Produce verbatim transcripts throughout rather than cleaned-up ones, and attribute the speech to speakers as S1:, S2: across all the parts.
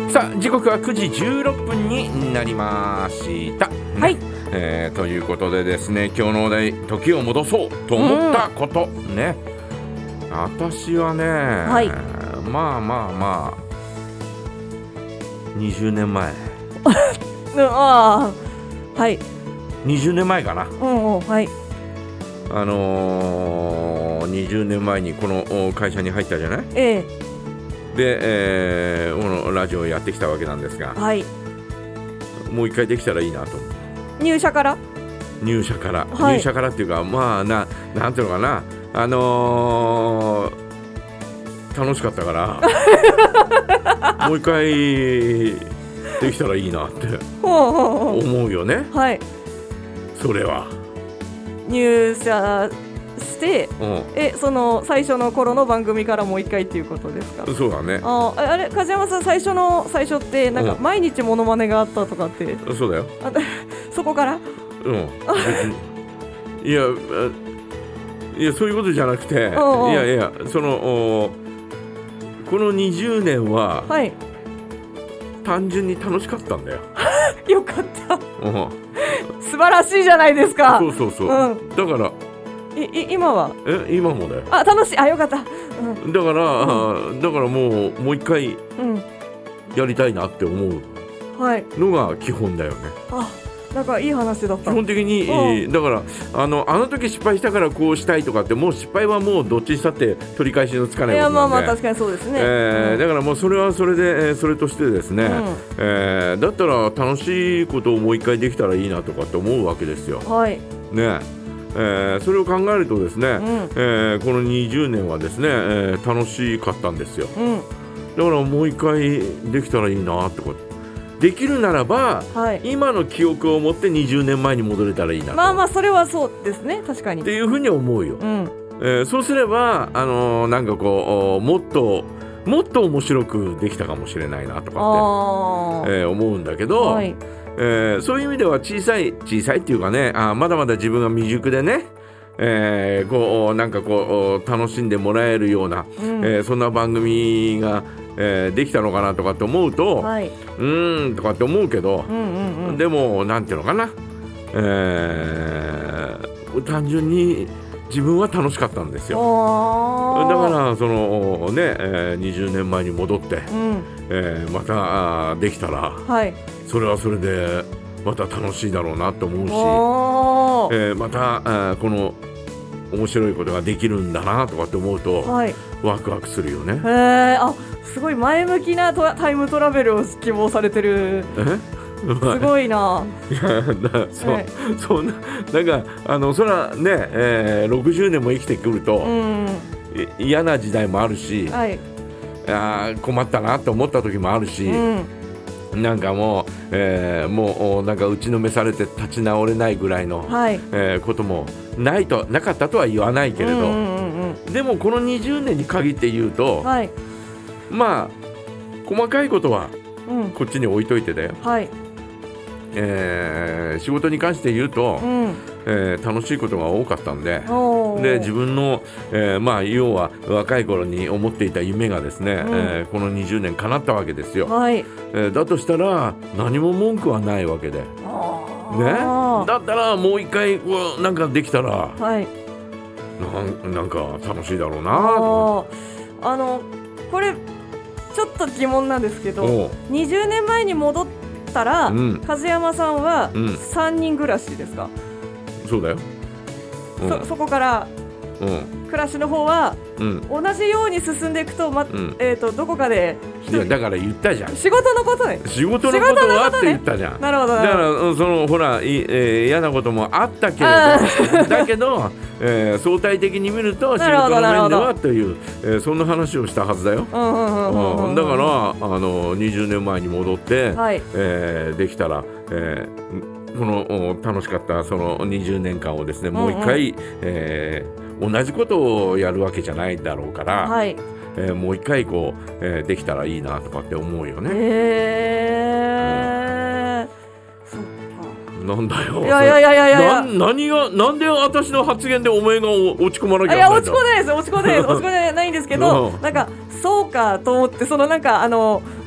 S1: さあ時刻はくじじゅうろっぷんになりました、ね、
S2: はい、
S1: えー、ということでですね、今日のお題、時を戻そうと思ったこと、うん、ね、私はね、はい、まあまあまあにじゅうねんまえ
S2: ああ、はい、
S1: にじゅうねんまえかな、
S2: うんうん、はい、
S1: あのー、にじゅうねんまえにこの会社に入ったじゃない、
S2: ええ、
S1: で、えー、このラジオをやってきたわけなんですが、
S2: はい、
S1: もう一回できたらいいなと。
S2: 入社から
S1: 入社から、
S2: はい、
S1: 入社からっていうか、まあな、なんていうのかな、あのー、楽しかったからもう一回できたらいいなって思うよね。
S2: はい、
S1: それは
S2: 入社して、
S1: うん、
S2: えその最初の頃の番組からもう一回っていうことですか。
S1: そうだね。
S2: ああれ、梶山さん、最初の最初ってなんか毎日モノマネがあったとかって、
S1: うん、そうだよ。
S2: あそこから
S1: うんいやいやそういうことじゃなくて、
S2: おうおう、
S1: いやいや、そのこのにじゅうねんは、はい、単純に楽しかったんだよ
S2: よかった、
S1: うん、
S2: 素晴らしいじゃないですか。
S1: そうそうそう、うん、だから
S2: いい今は
S1: え今もだよ。
S2: あ、楽しい、あ、よかった、
S1: うん、だから、うん、だからもうもう一回やりたいなって思うのが基本だよね、
S2: はい、あ、なんかいい話だった。
S1: 基本的に、えー、だからあのあの時失敗したからこうしたいとかって、もう失敗はもうどっちにしたって取り返しのつかないことなんで、
S2: いや、まあまあ確かにそうですね、
S1: えー
S2: うん、
S1: だからもうそれはそれで、えー、それとしてですね、うん、えー、だったら楽しいことをもう一回できたらいいなとかって思うわけですよ、
S2: はい、
S1: ね、えー、それを考えるとですね、うん、えー、このにじゅうねんはですね、えー、楽しかったんですよ、うん、だからもう一回できたらいいなってことできるならば、はい、今の記憶を持ってにじゅうねんまえに戻れたらいいなと。
S2: まあまあそれはそうですね、確かに
S1: っていうふうに思うよ、うん、えー、そうすれば、あのー、なんかこうもっともっと面白くできたかもしれないなとかって、えー、思うんだけど、はい、えー、そういう意味では小さい小さいっていうかね、あ、まだまだ自分が未熟でね、えー、こうなんかこう楽しんでもらえるような、うん、えー、そんな番組が、えー、できたのかなとかって思うと、はい、うーんとかって思うけど、うんうんうん、でもなんていうのかな、えー、単純に自分は楽しかったんですよ。だからそのね、えー、にじゅうねんまえに戻って、うん、えー、またできたら、はい、それはそれでまた楽しいだろうなと思うし、えー、また、えー、この面白いことができるんだなとかって思うと、はい、ワクワクするよね。
S2: へー、あ、すごい前向きなタイムトラベルを希望されてる。すごいな。
S1: いやだ そ,、はい、そんななんかあのそらね、えー、ろくじゅうねんも生きてくると、うん、嫌な時代もあるし、はい、あ困ったなと思った時もあるし、うん、なんかもう、えー、もうなんか打ちのめされて立ち直れないぐらいの、はい、えー、こともないとなかったとは言わないけれど、うんうんうん、でもこのにじゅうねんに限って言うと、はい、まあ細かいことはこっちに置いといてだよ、はい、えー、仕事に関して言うと、うん、えー、楽しいことが多かったんで、で自分の、えーまあ、要は若い頃に思っていた夢がですね、うん、えー、このにじゅうねん叶ったわけですよ、はい、えー、だとしたら何も文句はないわけで、ね、だったらもう一回うわなんかできたら、はい、な, なんか楽しいだろうなと。
S2: あのこれちょっと疑問なんですけど、にじゅうねんまえに戻ったら、うん、梶山さんはさんにん暮らしですか？
S1: うん、そうだよ、
S2: うん、そ, そこから、うん、暮らしの方は、うん、同じように進んでいくと、ま、うん、えーと、どこかで
S1: いやだから言ったじゃん、
S2: 仕事のことね、
S1: 仕事のことはって言ったじゃん、ね、
S2: なるほど、
S1: だからそのほら、えー、嫌なこともあったけれどだけど、えー、相対的に見ると仕事の面ではという、えー、そんな話をしたはずだよ。だからあのにじゅうねんまえに戻って、はい、えー、できたら、えー、この楽しかったそのにじゅうねんかんをですね、もう一回、うんうん、えー、同じことをやるわけじゃないだろうから、はい、えー、もう一回こう、えー、できたらいいなとかって思うよね。
S2: へー、うん、そっか。
S1: なんだよ。
S2: いやいやいやいやいや。
S1: な何がなんで私の発言でお前が落ち込まなきゃいけないんだ。
S2: いや落ち込んでないです落ち込んでないです落ち込んでないんですけど、なんかそうかと思って、そのなんかあの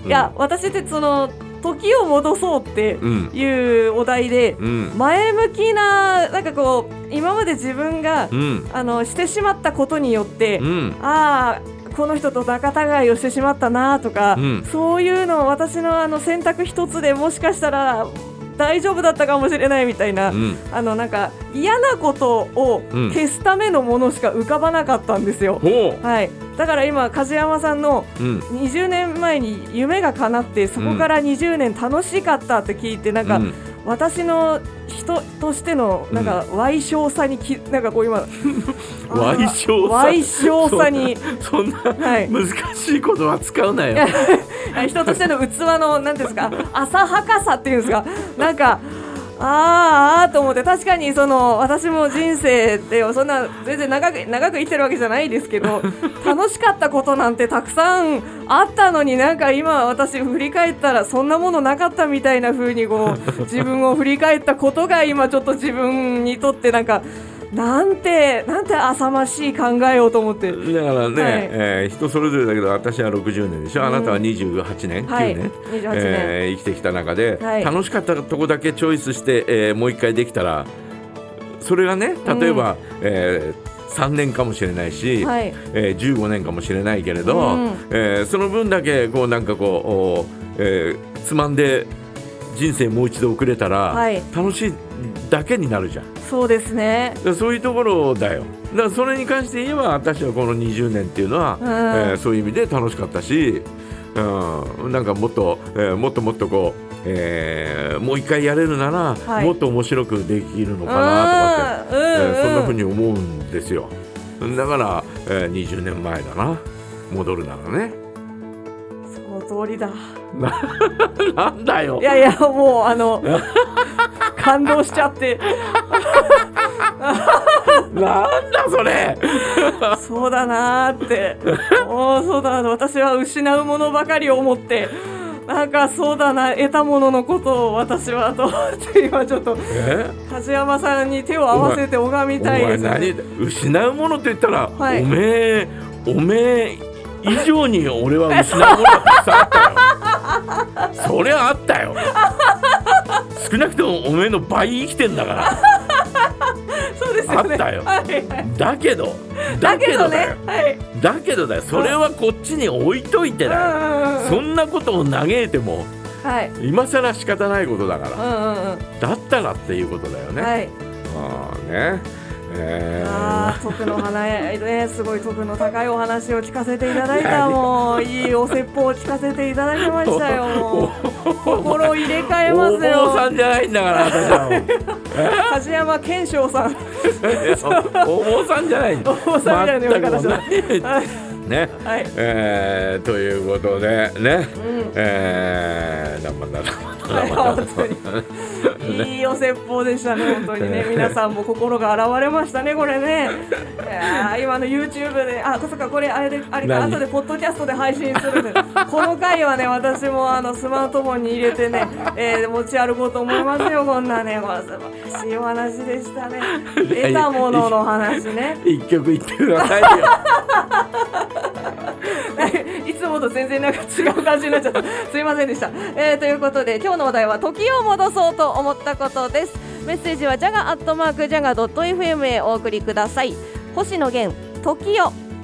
S2: いや私ってその時を戻そうっていうお題で、うん、前向きななんかこう今まで自分が、うん、あのしてしまったことによって、うん、ああこの人と仲違いをしてしまったなとか、うん、そういうのを私のあの選択一つでもしかしたら大丈夫だったかもしれないみたいな、うん、あのなんか嫌なことを消すためのものしか浮かばなかったんですよ、うん、はい、だから今梶山さんのにじゅうねんまえに夢が叶ってそこからにじゅうねん楽しかったって聞いてなんか、うん、私の人としてのなんか歪小さにきなんかこう今
S1: 歪小さ
S2: 歪小さに
S1: そんな難しいことは使うなよ、
S2: はい、人としての器のなんですか浅はかさっていうんですかなんかあーあーと思って確かにその私も人生でそんな全然長く長く生きてるわけじゃないですけど楽しかったことなんてたくさんあったのになんか今私振り返ったらそんなものなかったみたいな風にこう自分を振り返ったことが今ちょっと自分にとってなんかなんてなんて浅ましい考えをと思って
S1: だからね、はいえー、人それぞれだけど私はろくじゅうねんでしょ、うん、あなたはにじゅうはちねん、はい、きゅうねん、にじゅうはちねん、えー、生きてきた中で、はい、楽しかったとこだけチョイスして、えー、もう一回できたらそれがね例えば、うんえー、さんねんかもしれないし、はいえー、じゅうごねんかもしれないけれど、うんえー、その分だけこうなんかこう、えー、つまんで人生もう一度送れたら、はい、楽しいだけになるじゃん。
S2: そうですね。
S1: そういうところだよ。だからそれに関して言えば私はこのにじゅうねんっていうのは、うんえー、そういう意味で楽しかったし、うん、なんかもっと、えー、もっともっとこう、えー、もう一回やれるなら、はい、もっと面白くできるのかなとかって、うんえー、そんな風に思うんですよ。だから、えー、にじゅうねんまえだな戻るならね。
S2: その通りだ。
S1: なんだよ。
S2: いやいやもうあの感動しちゃって
S1: なんだそれ
S2: そうだなーっておそうだ私は失うものばかりを思ってなんかそうだな得たもののことを私はとって今ちょっと梶山さんに手を合わせて拝みたいです、ね、
S1: お前何失うものって言ったら、はい、おめえおめえ以上に俺は失うものがたくさんあったよそれはあったよ少なくともおめえの倍生きてんだから
S2: そうですよね。
S1: あったよ、はいはい、だけど
S2: だけどね、はい、
S1: だけどだよそれはこっちに置いといてだよそんなことを嘆いても、はい、今更仕方ないことだから、うんうんうん、だったらっていうことだよね、はい、あーねえー、
S2: あ徳の花ねすごい徳の高いお話を聞かせていただいたもういいお説法を聞かせていただきましたよもう心を入れ替えますよ。
S1: お坊さんじゃないんだから私は
S2: 梶山健章さん
S1: お坊さんじゃない
S2: お坊さんじゃないの方じゃない
S1: ね、はいえー、ということでね、うんえー、生だ
S2: いいお説法でしたね本当にね皆さんも心が洗われましたねこれねいや今の YouTube であそっかこれあれであれか後でポッドキャストで配信するんでこの回はね私もあのスマートフォンに入れてね、えー、持ち歩こうと思いますよこんなね素晴らしいお話でしたね得たものの話ね
S1: 一曲言ってくださいよ
S2: いつもと全然なんか違う感じになっちゃったすいませんでした、えー、ということで今日の話題は時を戻そうと思ったことです。メッセージはジャガアットマークジャガドットエフエムへお送りください。星野源時よ。